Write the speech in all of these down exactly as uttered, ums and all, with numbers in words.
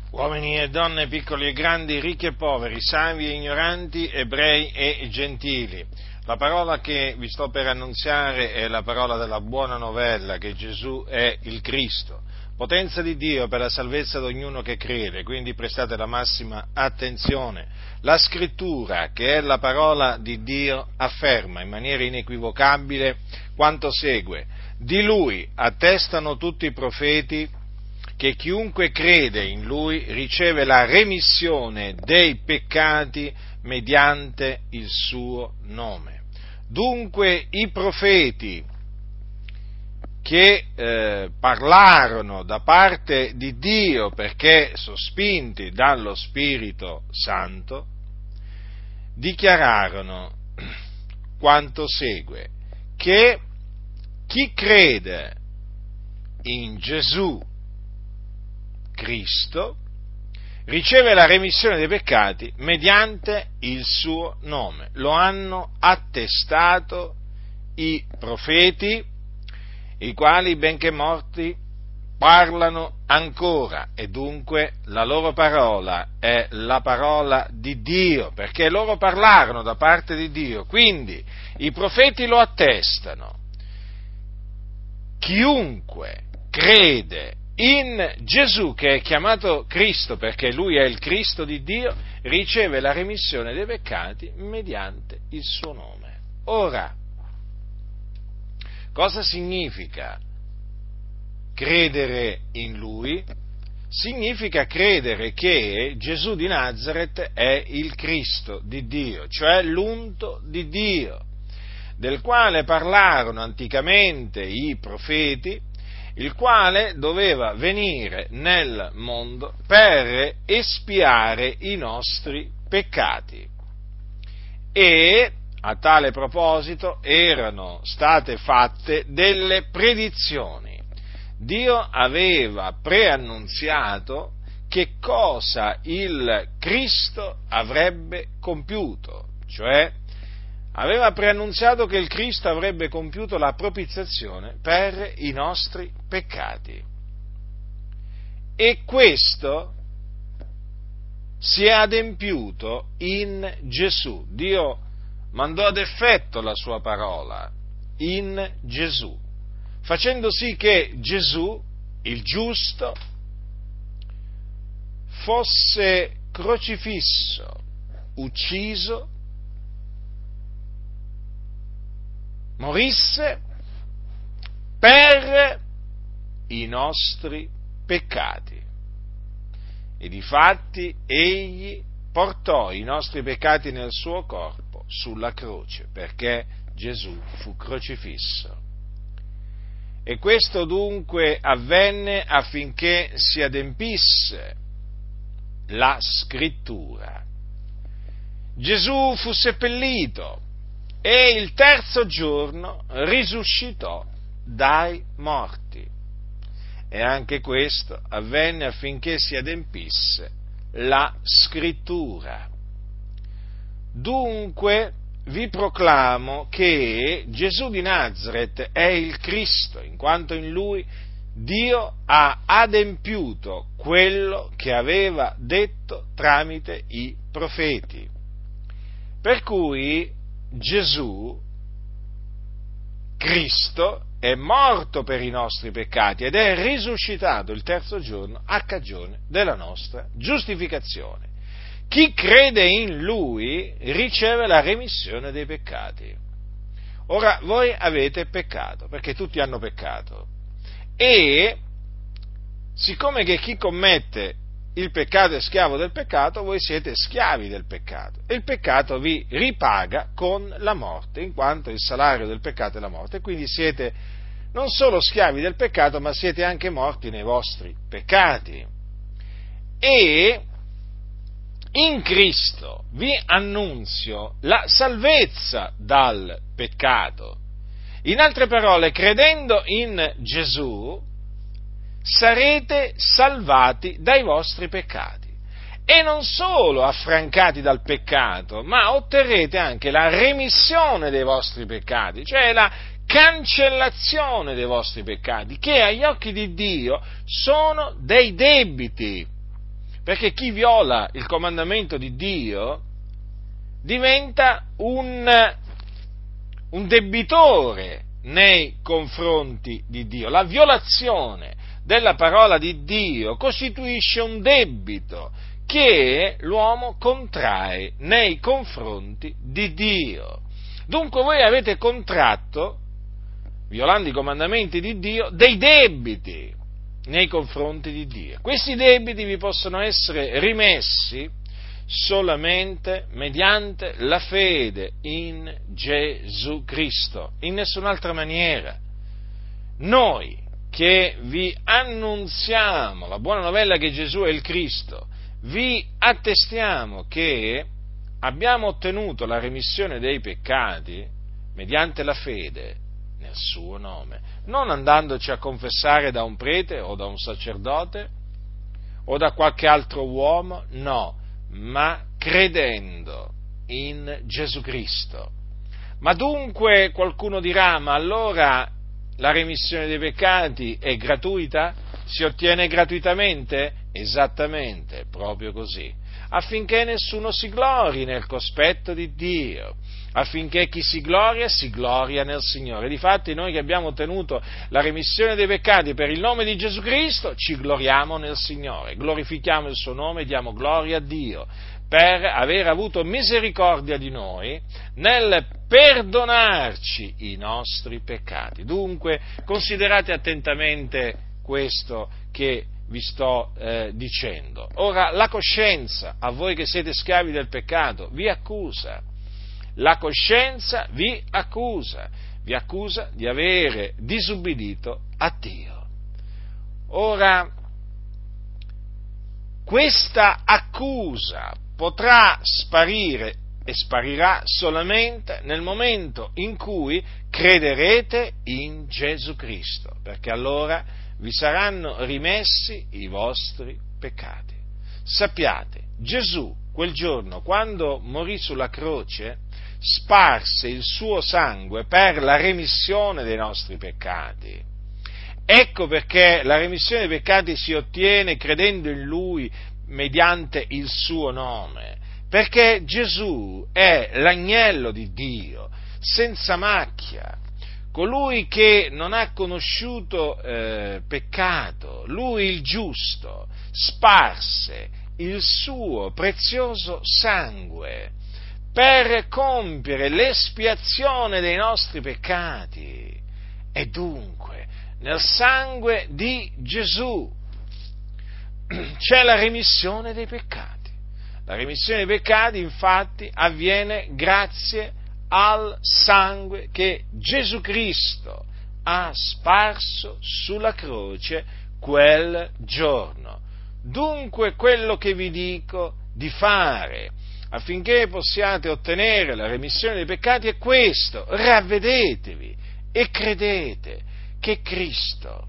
Uomini e donne, piccoli e grandi, ricchi e poveri, savi e ignoranti, ebrei e gentili. La parola che vi sto per annunziare è la parola della buona novella, che Gesù è il Cristo, potenza di Dio per la salvezza di ognuno che crede, quindi prestate la massima attenzione. La Scrittura, che è la parola di Dio, afferma in maniera inequivocabile quanto segue: di Lui attestano tutti i profeti che chiunque crede in Lui riceve la remissione dei peccati mediante il suo nome. Dunque i profeti che eh, parlarono da parte di Dio perché sospinti dallo Spirito Santo, dichiararono quanto segue: che chi crede in Gesù Cristo riceve la remissione dei peccati mediante il suo nome. Lo hanno attestato i profeti, i quali, benché morti, parlano ancora, e dunque la loro parola è la parola di Dio, perché loro parlarono da parte di Dio, quindi i profeti lo attestano. Chiunque crede in Gesù, che è chiamato Cristo perché Lui è il Cristo di Dio, riceve la remissione dei peccati mediante il suo nome. Ora, cosa significa credere in Lui? Significa credere che Gesù di Nazaret è il Cristo di Dio, cioè l'unto di Dio, del quale parlarono anticamente i profeti, il quale doveva venire nel mondo per espiare i nostri peccati. E a tale proposito erano state fatte delle predizioni. Dio aveva preannunziato che cosa il Cristo avrebbe compiuto, cioè aveva preannunziato che il Cristo avrebbe compiuto la propiziazione per i nostri peccati. E questo si è adempiuto in Gesù. Dio mandò ad effetto la sua parola in Gesù, facendo sì che Gesù, il giusto, fosse crocifisso, ucciso, morisse per i nostri peccati. E difatti egli portò i nostri peccati nel suo corpo sulla croce, perché Gesù fu crocifisso. E questo dunque avvenne affinché si adempisse la Scrittura. Gesù fu seppellito e il terzo giorno risuscitò dai morti. E anche questo avvenne affinché si adempisse la Scrittura. Dunque vi proclamo che Gesù di Nazaret è il Cristo, in quanto in Lui Dio ha adempiuto quello che aveva detto tramite i profeti. Per cui Gesù, Cristo, è morto per i nostri peccati ed è risuscitato il terzo giorno a cagione della nostra giustificazione. Chi crede in Lui riceve la remissione dei peccati. Ora, voi avete peccato, perché tutti hanno peccato, e siccome che chi commette il peccato è schiavo del peccato, voi siete schiavi del peccato, e il peccato vi ripaga con la morte, in quanto il salario del peccato è la morte, e quindi siete non solo schiavi del peccato, ma siete anche morti nei vostri peccati. E in Cristo vi annunzio la salvezza dal peccato. In altre parole, credendo in Gesù, sarete salvati dai vostri peccati. E non solo affrancati dal peccato, ma otterrete anche la remissione dei vostri peccati, cioè la cancellazione dei vostri peccati, che agli occhi di Dio sono dei debiti. perché chi viola il comandamento di Dio diventa un, un debitore nei confronti di Dio. La violazione della parola di Dio costituisce un debito che l'uomo contrae nei confronti di Dio. Dunque voi avete contratto, violando i comandamenti di Dio, dei debiti nei confronti di Dio. Questi debiti vi possono essere rimessi solamente mediante la fede in Gesù Cristo, in nessun'altra maniera. Noi che vi annunziamo la buona novella che Gesù è il Cristo, vi attestiamo che abbiamo ottenuto la remissione dei peccati mediante la fede nel suo nome, non andandoci a confessare da un prete o da un sacerdote o da qualche altro uomo, no, ma credendo in Gesù Cristo. Ma dunque qualcuno dirà, ma allora la remissione dei peccati è gratuita? Si ottiene gratuitamente? Esattamente, proprio così, affinché nessuno si glori nel cospetto di Dio, affinché chi si gloria, si gloria nel Signore. Difatti noi che abbiamo ottenuto la remissione dei peccati per il nome di Gesù Cristo, ci gloriamo nel Signore, glorifichiamo il suo nome e diamo gloria a Dio per aver avuto misericordia di noi nel perdonarci i nostri peccati. Dunque, considerate attentamente questo che vi sto eh, dicendo. Ora, la coscienza, a voi che siete schiavi del peccato, vi accusa. La coscienza vi accusa, vi accusa di avere disubbidito a Dio. Ora, questa accusa potrà sparire e sparirà solamente nel momento in cui crederete in Gesù Cristo, perché allora vi saranno rimessi i vostri peccati. Sappiate, Gesù quel giorno, quando morì sulla croce, sparse il suo sangue per la remissione dei nostri peccati. Ecco perché la remissione dei peccati si ottiene credendo in Lui mediante il suo nome, perché Gesù è l'agnello di Dio, senza macchia, colui che non ha conosciuto eh, peccato, Lui il giusto, sparse il suo prezioso sangue per compiere l'espiazione dei nostri peccati. E dunque, nel sangue di Gesù c'è la remissione dei peccati. La remissione dei peccati, infatti, avviene grazie al sangue che Gesù Cristo ha sparso sulla croce quel giorno. Dunque, quello che vi dico di fare affinché possiate ottenere la remissione dei peccati è questo: ravvedetevi e credete che Cristo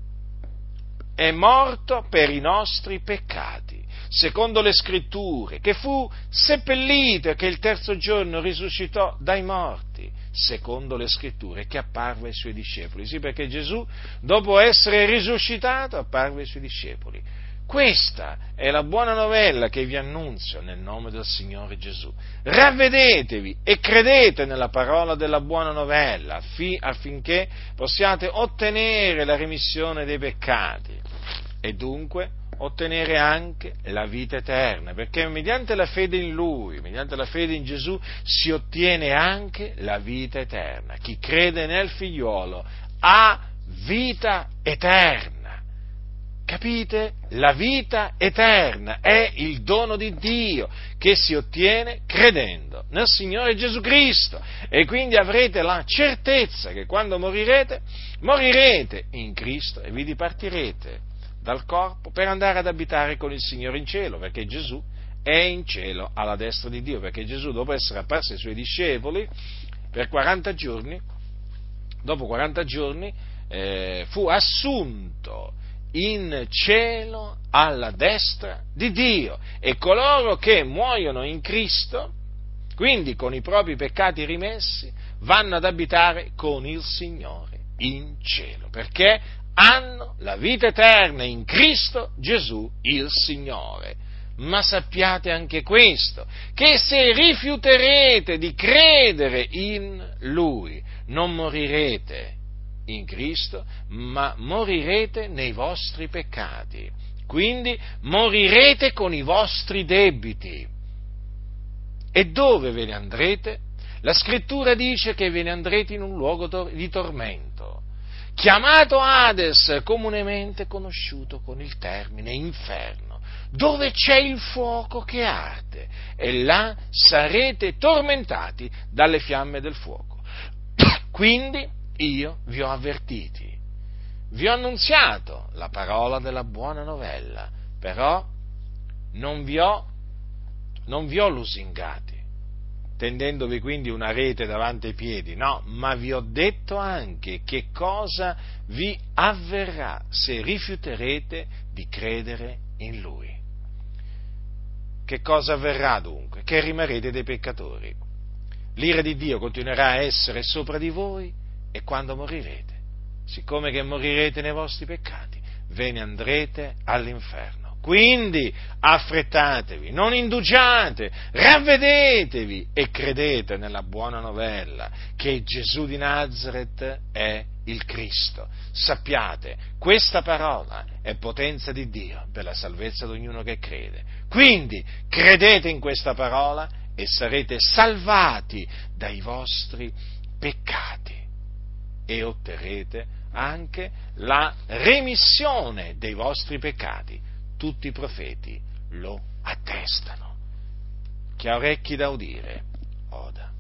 è morto per i nostri peccati, secondo le Scritture, che fu seppellito e che il terzo giorno risuscitò dai morti, secondo le Scritture, che apparve ai suoi discepoli. Sì, perché Gesù, dopo essere risuscitato, apparve ai suoi discepoli. Questa è la buona novella che vi annunzio nel nome del Signore Gesù. Ravvedetevi e credete nella parola della buona novella affinché possiate ottenere la remissione dei peccati e dunque ottenere anche la vita eterna, perché mediante la fede in Lui, mediante la fede in Gesù, si ottiene anche la vita eterna. Chi crede nel Figliuolo ha vita eterna. Capite? La vita eterna è il dono di Dio che si ottiene credendo nel Signore Gesù Cristo, e quindi avrete la certezza che quando morirete, morirete in Cristo e vi dipartirete dal corpo per andare ad abitare con il Signore in cielo, perché Gesù è in cielo alla destra di Dio, perché Gesù, dopo essere apparso ai suoi discepoli per quaranta giorni, dopo quaranta giorni eh, fu assunto in cielo alla destra di Dio, e coloro che muoiono in Cristo, quindi con i propri peccati rimessi, vanno ad abitare con il Signore in cielo, perché hanno la vita eterna in Cristo Gesù il Signore. Ma sappiate anche questo, che se rifiuterete di credere in Lui, non morirete in Cristo, ma morirete nei vostri peccati. Quindi morirete con i vostri debiti. E dove ve ne andrete? La Scrittura dice che ve ne andrete in un luogo di tormento, chiamato Hades, comunemente conosciuto con il termine inferno, dove c'è il fuoco che arde, e là sarete tormentati dalle fiamme del fuoco. Quindi io vi ho avvertiti, vi ho annunziato la parola della buona novella, però non vi ho, non vi ho lusingati, tendendovi quindi una rete davanti ai piedi, no, ma vi ho detto anche che cosa vi avverrà se rifiuterete di credere in Lui. Che cosa avverrà dunque? Che rimarrete dei peccatori. L'ira di Dio continuerà a essere sopra di voi e quando morirete, siccome che morirete nei vostri peccati, ve ne andrete all'inferno. Quindi affrettatevi, non indugiate, ravvedetevi e credete nella buona novella che Gesù di Nazaret è il Cristo. Sappiate, questa parola è potenza di Dio per la salvezza di ognuno che crede. Quindi credete in questa parola e sarete salvati dai vostri peccati e otterrete anche la remissione dei vostri peccati. Tutti i profeti lo attestano. Chi ha orecchi da udire, oda.